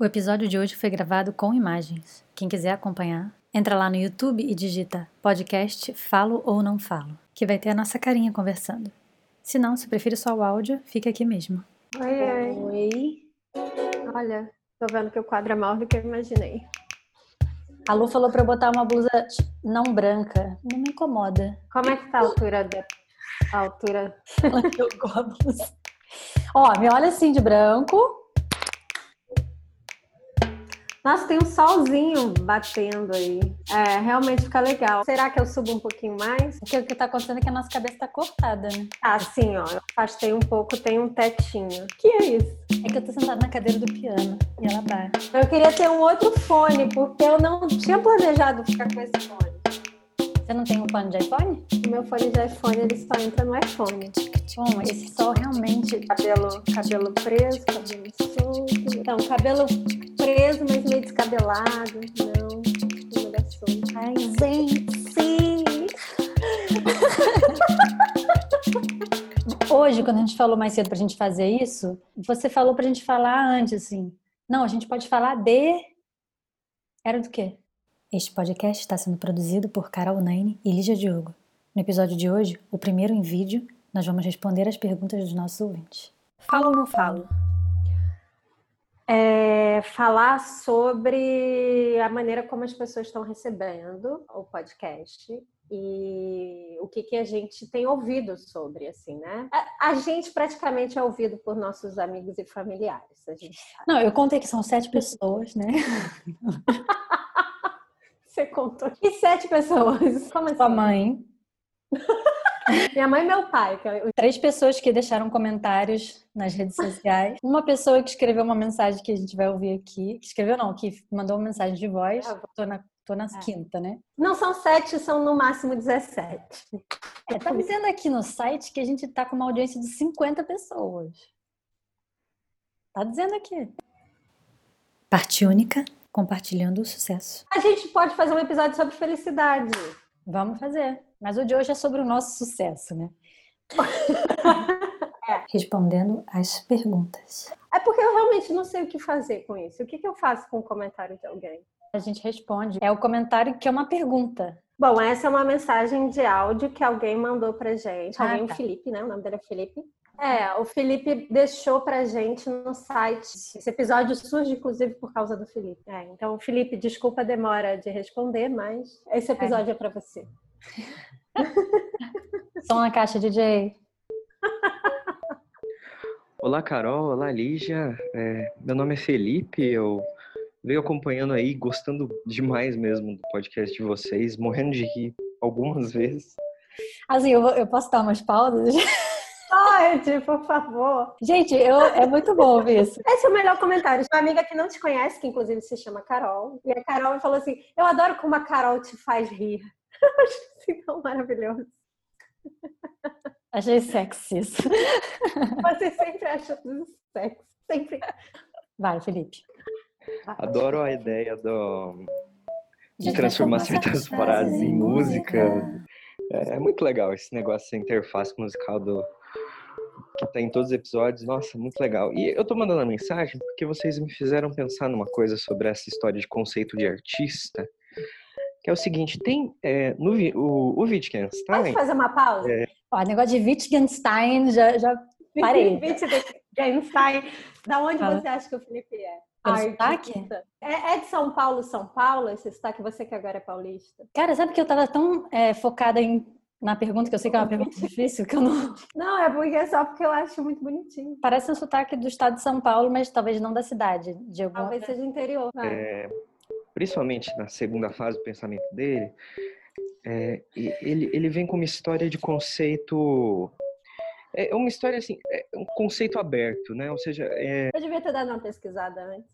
O episódio de hoje foi gravado com imagens. Quem quiser acompanhar, entra lá no YouTube e digita podcast Falo ou Não Falo, que vai ter a nossa carinha conversando. Se não, se prefere só o áudio, fica aqui mesmo. Oi. Olha, tô vendo que o quadro é maior do que eu imaginei. A Lu falou pra eu botar uma blusa não branca. Não me incomoda. Como é que tá a altura Ela jogou a blusa. Ó, me olha assim de branco. Nossa, tem um solzinho batendo aí. É, realmente fica legal. Será que eu subo um pouquinho mais? Porque o que tá acontecendo é que a nossa cabeça tá cortada, né? Ah, sim, ó. Eu afastei um pouco, tem um tetinho. Que é isso? É que eu tô sentada na cadeira do piano e ela bate. Eu queria ter um outro fone, porque eu não tinha planejado ficar com esse fone. Você não tem um fone de iPhone? O meu fone de iPhone, ele só entra no iPhone. Bom, esse sol realmente... Cabelo preso, cabelo solto. Então, cabelo preso, mas meio descabelado. Não, mulher solta. Ai, gente! Hoje, quando a gente falou mais cedo pra gente fazer isso, você falou pra gente falar antes, assim. Não, a gente pode falar de... Era do quê? Este podcast está sendo produzido por Carol Naine e Lígia Diogo. No episódio de hoje, o primeiro em vídeo, nós vamos responder as perguntas dos nossos ouvintes. Falo ou não falo? Falar sobre a maneira como as pessoas estão recebendo o podcast e o que a gente tem ouvido sobre, assim, né? A gente praticamente é ouvido por nossos amigos e familiares, a gente sabe. Não, eu contei que são 7 pessoas, né? Você contou. E 7 pessoas? Como assim? Sua mãe. Minha mãe e meu pai. 3 pessoas que deixaram comentários nas redes sociais. Uma pessoa que escreveu uma mensagem que a gente vai ouvir aqui. Que escreveu não, que mandou uma mensagem de voz. Tô na quinta, né? Não são 7, são no máximo 17. Tá dizendo aqui no site que a gente tá com uma audiência de 50 pessoas. Tá dizendo aqui. Parte única, compartilhando o sucesso. A gente pode fazer um episódio sobre felicidade. Vamos fazer. Mas o de hoje é sobre o nosso sucesso, né? Respondendo as perguntas. É porque eu realmente não sei o que fazer com isso. O que eu faço com o comentário de alguém? A gente responde. É o comentário que é uma pergunta. Bom, essa é uma mensagem de áudio que alguém mandou pra gente. Alguém, tá. o Felipe, né? O nome dele é Felipe. O Felipe deixou pra gente no site. Esse episódio surge, inclusive, por causa do Felipe. Então, Felipe, desculpa a demora de responder, mas esse episódio é pra você. Som na caixa, DJ. Olá, Carol. Olá, Lígia. Meu nome é Felipe. Eu venho acompanhando aí, gostando demais mesmo do podcast de vocês, morrendo de rir algumas vezes. Assim, eu posso dar umas pausas? Pode, por favor. Gente, é muito bom ouvir isso. Esse é o melhor comentário. Uma amiga que não te conhece, que inclusive se chama Carol, e a Carol falou assim: eu adoro como a Carol te faz rir. Eu acho assim tão maravilhoso. Achei sexy isso. Você sempre acha tudo sexy. Sempre. Vai, Felipe. Adoro a ideia de transformar certas frases em música. É muito legal esse negócio, essa interface musical que tá em todos os episódios. Nossa, muito legal. E eu tô mandando a mensagem porque vocês me fizeram pensar numa coisa sobre essa história de conceito de artista, que é o seguinte, tem o Wittgenstein... Pode fazer uma pausa? Ó, negócio de Wittgenstein, já parei. Wittgenstein, da onde você acha que o Felipe é? Pelo sotaque? É de São Paulo, São Paulo, esse sotaque, você que agora é paulista? Cara, sabe que eu tava tão focada na pergunta, que eu sei que é uma pergunta difícil, que eu não... Não, é só porque eu acho muito bonitinho. Parece um sotaque do estado de São Paulo, mas talvez não da cidade. Talvez seja interior. Principalmente na segunda fase do pensamento dele, ele vem com uma história de conceito... É uma história assim, é um conceito aberto, né? Ou seja, Eu devia ter dado uma pesquisada antes.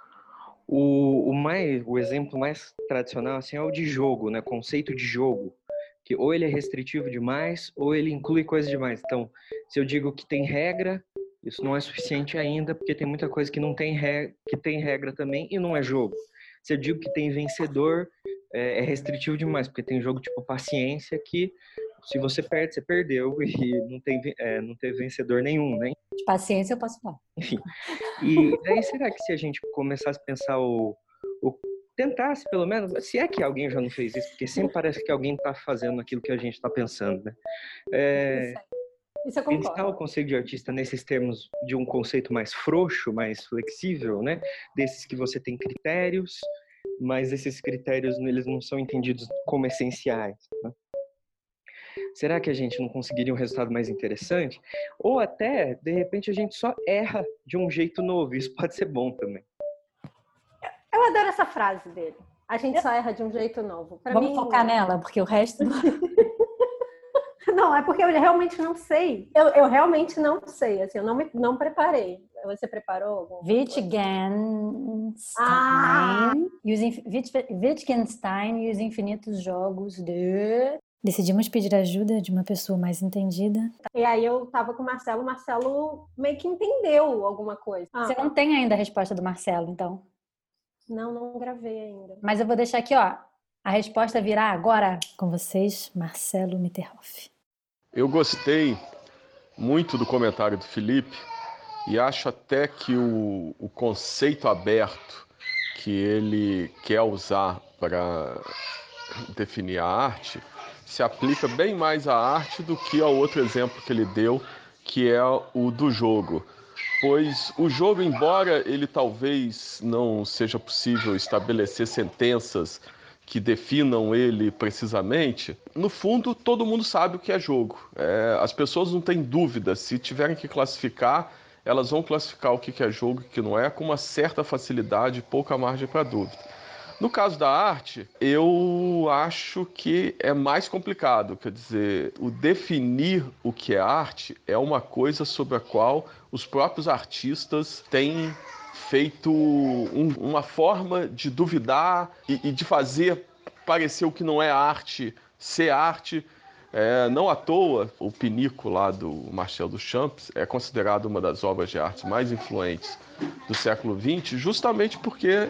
O exemplo mais tradicional assim, é o de jogo, né? Conceito de jogo. Que ou ele é restritivo demais, ou ele inclui coisa demais. Então, se eu digo que tem regra, isso não é suficiente ainda, porque tem muita coisa que não tem que tem regra também e não é jogo. Se eu digo que tem vencedor, é restritivo demais, porque tem jogo tipo paciência, que Se você perde, você perdeu e não tem vencedor nenhum, né? De paciência eu posso falar. Enfim. E daí, será que se a gente começasse a pensar tentasse, pelo menos, se é que alguém já não fez isso, porque sempre parece que alguém está fazendo aquilo que a gente está pensando, né? Isso eu Pensar o concordo. conceito de artista nesses termos de um conceito mais frouxo, mais flexível, né? Desses que você tem critérios, mas esses critérios eles não são entendidos como essenciais, né? Será que a gente não conseguiria um resultado mais interessante? Ou até, de repente, a gente só erra de um jeito novo. Isso pode ser bom também. Eu adoro essa frase dele. A gente só erra de um jeito novo. Vamos focar nela, porque o resto... Não, é porque eu realmente não sei. Eu realmente não sei. Assim, eu não preparei. Você preparou algum? Wittgenstein e os infinitos jogos de... Decidimos pedir ajuda de uma pessoa mais entendida. E aí eu tava com o Marcelo meio que entendeu alguma coisa. Você não tem ainda a resposta do Marcelo, então? Não gravei ainda. Mas eu vou deixar aqui, ó. A resposta virá agora com vocês, Marcelo Mitterhoff. Eu gostei muito do comentário do Felipe e acho até que o conceito aberto que ele quer usar para definir a arte se aplica bem mais à arte do que ao outro exemplo que ele deu, que é o do jogo. Pois o jogo, embora ele talvez não seja possível estabelecer sentenças que definam ele precisamente, no fundo todo mundo sabe o que é jogo. As pessoas não têm dúvida, se tiverem que classificar, elas vão classificar o que é jogo e o que não é com uma certa facilidade e pouca margem para dúvida. No caso da arte, eu acho que é mais complicado. Quer dizer, o definir o que é arte é uma coisa sobre a qual os próprios artistas têm feito uma forma de duvidar e de fazer parecer o que não é arte ser arte. Não à toa, o Pinico lá do Marcel Duchamp é considerado uma das obras de arte mais influentes do século XX, justamente porque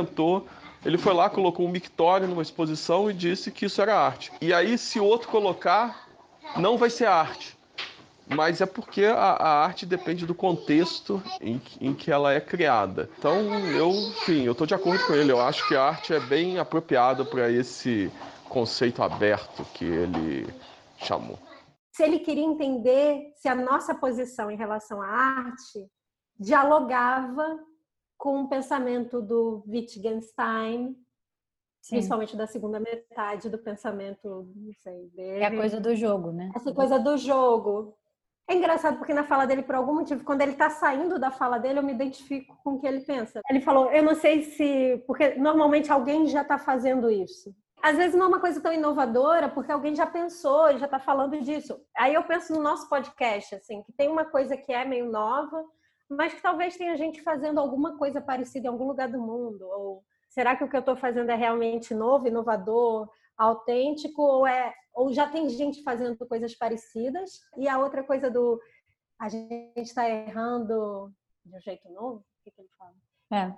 ele foi lá, colocou um mictório numa exposição e disse que isso era arte. E aí, se o outro colocar, não vai ser arte. Mas é porque a arte depende do contexto em que ela é criada. Então, eu estou de acordo com ele. Eu acho que a arte é bem apropriada para esse conceito aberto que ele chamou. Se ele queria entender se a nossa posição em relação à arte dialogava com o pensamento do Wittgenstein, sim, principalmente da segunda metade do pensamento, não sei, dele. É a coisa do jogo, né? Essa coisa do jogo. É engraçado porque na fala dele, por algum motivo, quando ele está saindo da fala dele, eu me identifico com o que ele pensa. Ele falou, eu não sei se... Porque normalmente alguém já está fazendo isso. Às vezes não é uma coisa tão inovadora, porque alguém já pensou e já está falando disso. Aí eu penso no nosso podcast, assim, que tem uma coisa que é meio nova, mas que talvez tenha gente fazendo alguma coisa parecida em algum lugar do mundo. Ou será que o que eu estou fazendo é realmente novo, inovador, autêntico, ou já tem gente fazendo coisas parecidas? E a outra coisa a gente está errando de um jeito novo? O que ele fala?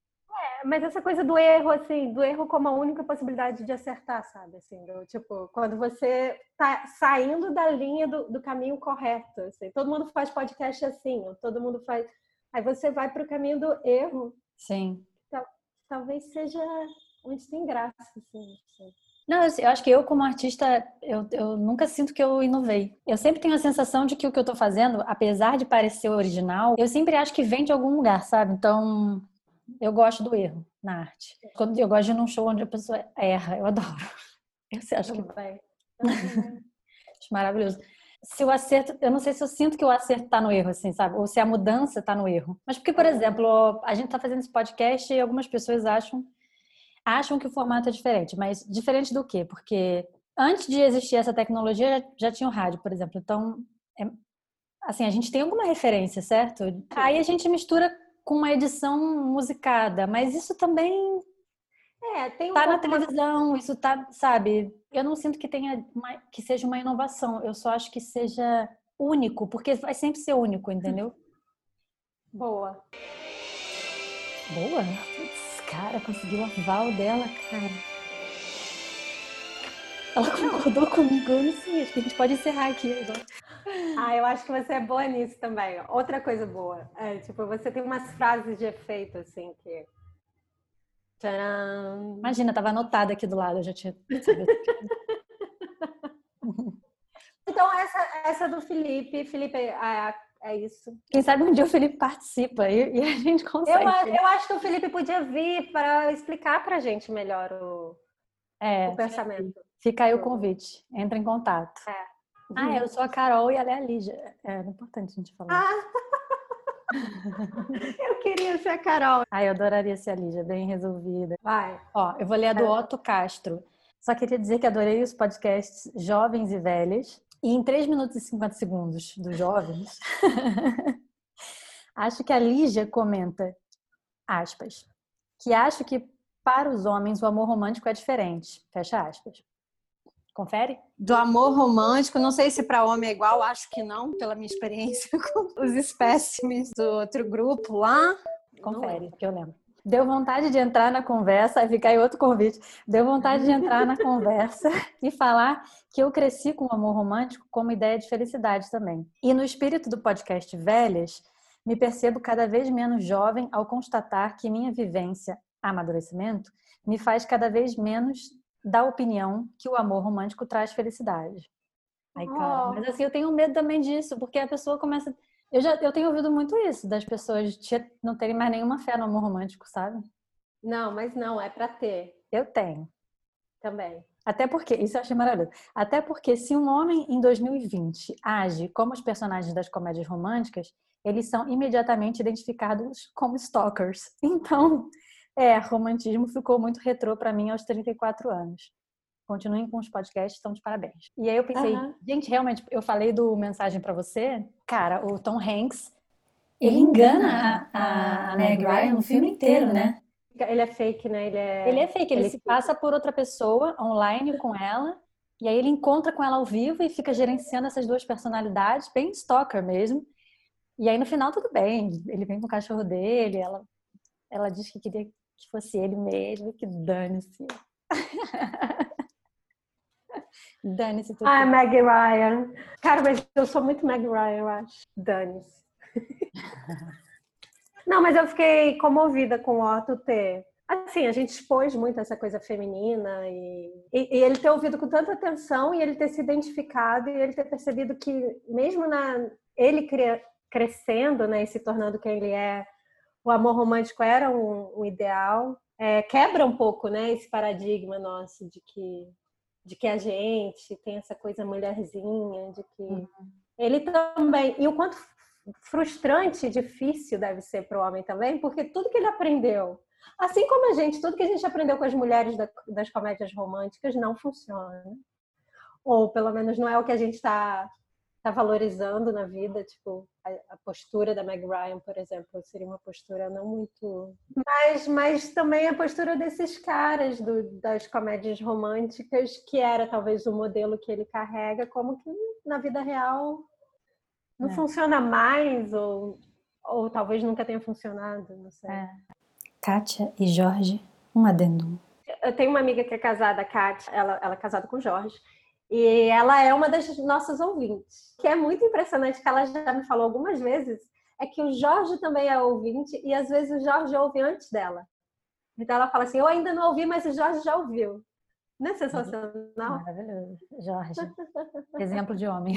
Mas essa coisa do erro, assim, do erro como a única possibilidade de acertar, sabe? Assim, tipo, quando você tá saindo da linha do caminho correto, assim, todo mundo faz podcast assim, ou todo mundo faz... Aí você vai para o caminho do erro. Sim. Talvez seja onde tem graça, assim. Não, eu acho que eu, como artista, eu nunca sinto que eu inovei. Eu sempre tenho a sensação de que o que eu tô fazendo, apesar de parecer original, eu sempre acho que vem de algum lugar, sabe? Então... Eu gosto do erro na arte. Eu gosto de ir num show onde a pessoa erra. Eu adoro. Eu acho que vai. Acho maravilhoso. Se o acerto... Eu não sei se eu sinto que o acerto tá no erro, assim, sabe? Ou se a mudança tá no erro. Mas porque, por exemplo, a gente tá fazendo esse podcast e algumas pessoas acham que o formato é diferente. Mas diferente do quê? Porque antes de existir essa tecnologia, já tinha o rádio, por exemplo. Então, assim, a gente tem alguma referência, certo? Aí a gente mistura com uma edição musicada, mas isso também tá na televisão, isso tá, sabe? Eu não sinto que que seja uma inovação, eu só acho que seja único, porque vai sempre ser único, entendeu? Boa. Putz, cara, conseguiu o aval dela, cara. Ela concordou comigo, eu não sei, acho que a gente pode encerrar aqui agora. Eu acho que você é boa nisso também. Outra coisa boa, tipo, você tem umas frases de efeito, assim, que... Tcharam! Imagina, tava anotada aqui do lado, eu já tinha... Então, essa do Felipe. Felipe, é isso. Quem sabe um dia o Felipe participa e a gente consegue. Eu acho que o Felipe podia vir para explicar pra gente melhor o pensamento. Fica aí o convite. Entra em contato. Eu sou a Carol e ela é a Lígia. É importante a gente falar. Eu queria ser a Carol. Eu adoraria ser a Lígia, bem resolvida. Vai. Eu vou ler a do Otto Castro. Só queria dizer que adorei os podcasts Jovens e Velhas. E em 3 minutos e 50 segundos dos Jovens, acho que a Lígia comenta, aspas, que acho que para os homens o amor romântico é diferente. Fecha aspas. Confere? Do amor romântico, não sei se para homem é igual, acho que não, pela minha experiência com os espécimes do outro grupo lá. Confere, que eu lembro. Deu vontade de entrar na conversa, fica aí outro convite. Deu vontade de entrar na conversa e falar que eu cresci com o amor romântico como ideia de felicidade também. E no espírito do podcast Velhas, me percebo cada vez menos jovem ao constatar que minha vivência, amadurecimento, me faz cada vez menos da opinião que o amor romântico traz felicidade. Cara, mas assim, eu tenho medo também disso, porque a pessoa começa... Eu tenho ouvido muito isso, das pessoas não terem mais nenhuma fé no amor romântico, sabe? Não, mas não, é pra ter. Eu tenho. Também. Até porque, isso eu achei maravilhoso, até porque se um homem em 2020 age como os personagens das comédias românticas, eles são imediatamente identificados como stalkers. Então, romantismo ficou muito retrô pra mim aos 34 anos. Continuem com os podcasts, estão de parabéns. E aí eu pensei, gente, realmente, eu falei do Mensagem pra Você, cara, o Tom Hanks, ele engana a Meg Ryan no filme inteiro, né? Ele é fake, né? Ele é fake, ele se passa por outra pessoa online com ela, e aí ele encontra com ela ao vivo e fica gerenciando essas duas personalidades, bem stalker mesmo. E aí no final tudo bem, ele vem com o cachorro dele, ela diz que queria que fosse ele mesmo, que dane-se. Dane-se tudo. Meg Ryan. Cara, mas eu sou muito Meg Ryan, eu acho. Dane-se. Não, mas eu fiquei comovida com o Otto ter... Assim, a gente expôs muito essa coisa feminina e ele ter ouvido com tanta atenção e ele ter se identificado e ele ter percebido que mesmo ele crescendo, né, e se tornando quem ele é, o amor romântico era um ideal. Quebra um pouco, né, esse paradigma nosso de que a gente tem essa coisa mulherzinha, de que ele também... E o quanto frustrante e difícil deve ser para o homem também, porque tudo que ele aprendeu, assim como a gente, tudo que a gente aprendeu com as mulheres das comédias românticas não funciona. Ou pelo menos não é o que a gente está valorizando na vida, tipo, a postura da Meg Ryan, por exemplo, seria uma postura não muito... Mas também a postura desses caras das comédias românticas, que era talvez o modelo que ele carrega, como que na vida real não funciona mais, ou talvez nunca tenha funcionado, não sei. Kátia e Jorge, um adendo. Eu tenho uma amiga que é casada, a Kátia, ela é casada com o Jorge, e ela é uma das nossas ouvintes. O que é muito impressionante, que ela já me falou algumas vezes, é que o Jorge também é ouvinte, e às vezes o Jorge ouve antes dela. Então ela fala assim, eu ainda não ouvi, mas o Jorge já ouviu. Não é sensacional? Maravilhoso. Jorge, exemplo de homem.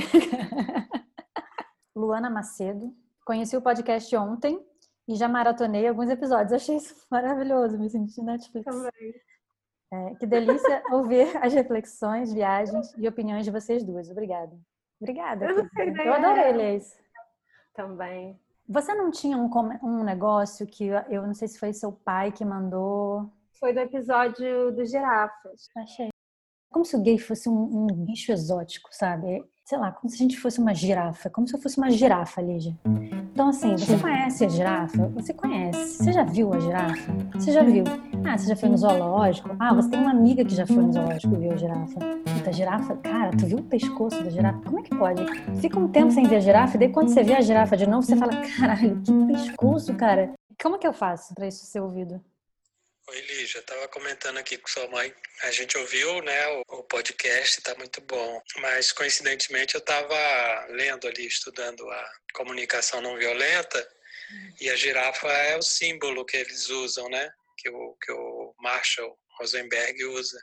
Luana Macedo, conheci o podcast ontem e já maratonei alguns episódios. Achei isso maravilhoso, me senti Netflix. Também. Que delícia ouvir as reflexões, viagens e opiniões de vocês duas. Obrigada. Obrigada. Eu adorei ler isso. Também. Você não tinha um negócio que eu não sei se foi seu pai que mandou? Foi do episódio dos girafas. Achei. Como se o gay fosse um bicho exótico, sabe? Sei lá, como se a gente fosse uma girafa. Como se eu fosse uma girafa, Lígia. Então, assim, você conhece a girafa? Você conhece. Você já viu a girafa? Você já viu. Você já foi no zoológico? Você tem uma amiga que já foi no zoológico e viu a girafa. Puta, a girafa, cara, tu viu o pescoço da girafa? Como é que pode? Fica um tempo sem ver a girafa e daí quando você vê a girafa de novo, você fala, caralho, que pescoço, cara. Como é que eu faço pra isso ser ouvido? Oi, Lígia, estava comentando aqui com sua mãe. A gente ouviu, né, o podcast, está muito bom. Mas, coincidentemente, eu estava lendo ali, estudando a comunicação não violenta, e a girafa é o símbolo que eles usam, né, que o Marshall Rosenberg usa.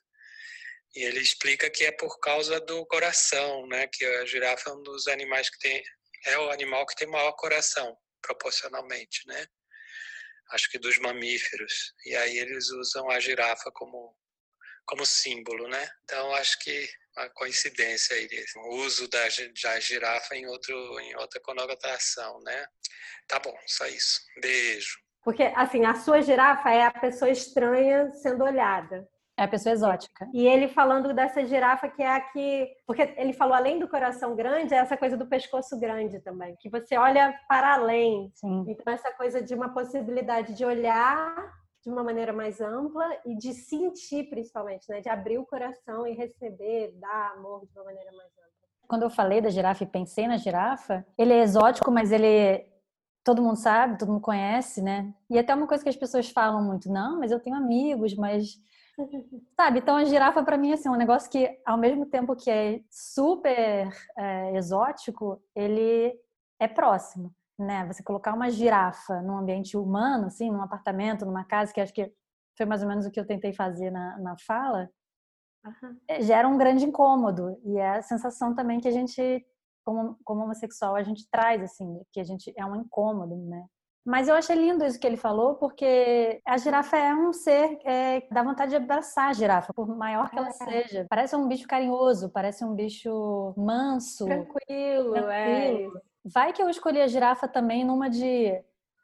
E ele explica que é por causa do coração, né, que a girafa é um dos animais é o animal que tem maior coração, proporcionalmente, né? Acho que dos mamíferos. E aí eles usam a girafa como símbolo, né? Então acho que uma coincidência aí, o uso da girafa em outra conotação, né? Tá bom, só isso. Beijo. Porque, assim, a sua girafa é a pessoa estranha sendo olhada. É a pessoa exótica. E ele falando dessa girafa que é a que... Porque ele falou, além do coração grande, é essa coisa do pescoço grande também. Que você olha para além. Sim. Então, essa coisa de uma possibilidade de olhar de uma maneira mais ampla e de sentir, principalmente, né? De abrir o coração e receber, dar amor de uma maneira mais ampla. Quando eu falei da girafa e pensei na girafa, ele é exótico, mas todo mundo sabe, todo mundo conhece, né? E até uma coisa que as pessoas falam muito, não, mas eu tenho amigos, mas... Sabe, então a girafa para mim assim, é um negócio que ao mesmo tempo que é super exótico, ele é próximo, né? Você colocar uma girafa num ambiente humano, assim, num apartamento, numa casa, que acho que foi mais ou menos o que eu tentei fazer na fala, gera um grande incômodo. E é a sensação também que a gente, como homossexual, a gente traz, assim, que a gente é um incômodo, né? Mas eu achei lindo isso que ele falou, porque a girafa é um ser que dá vontade de abraçar a girafa, por maior que ela seja. Parece um bicho carinhoso, parece um bicho manso. Tranquilo. Vai que eu escolhi a girafa também numa de...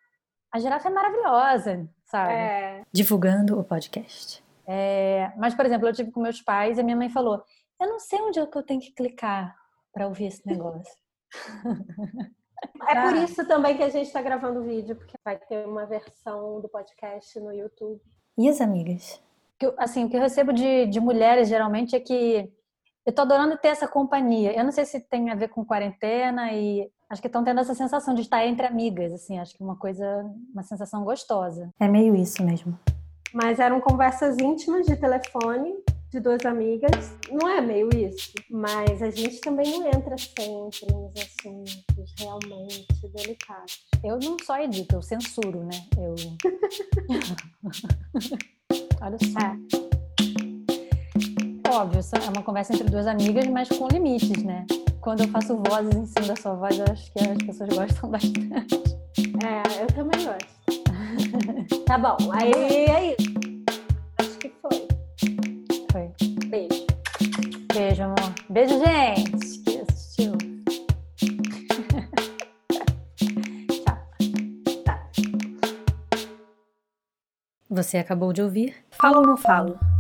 A girafa é maravilhosa, sabe? Divulgando o podcast. Mas, por exemplo, eu tive com meus pais e a minha mãe falou, eu não sei onde é que eu tenho que clicar para ouvir esse negócio. É por isso também que a gente está gravando o vídeo, porque vai ter uma versão do podcast no YouTube. E as amigas? O que eu recebo de mulheres, geralmente, é que eu tô adorando ter essa companhia. Eu não sei se tem a ver com quarentena e acho que estão tendo essa sensação de estar entre amigas, assim. Acho que uma sensação gostosa. É meio isso mesmo. Mas eram conversas íntimas de telefone, de duas amigas. Não é meio isso, mas a gente também não entra sempre nos assuntos realmente delicados. Eu não só edito, eu censuro, né? Olha só. Óbvio, é uma conversa entre duas amigas, mas com limites, né? Quando eu faço vozes em cima da sua voz, eu acho que as pessoas gostam bastante. Eu também gosto. Tá bom, aí é isso. Acho que foi. Beijo. Beijo, amor. Beijo, gente, que assistiu. Tchau. Você acabou de ouvir Falo ou Não Falo?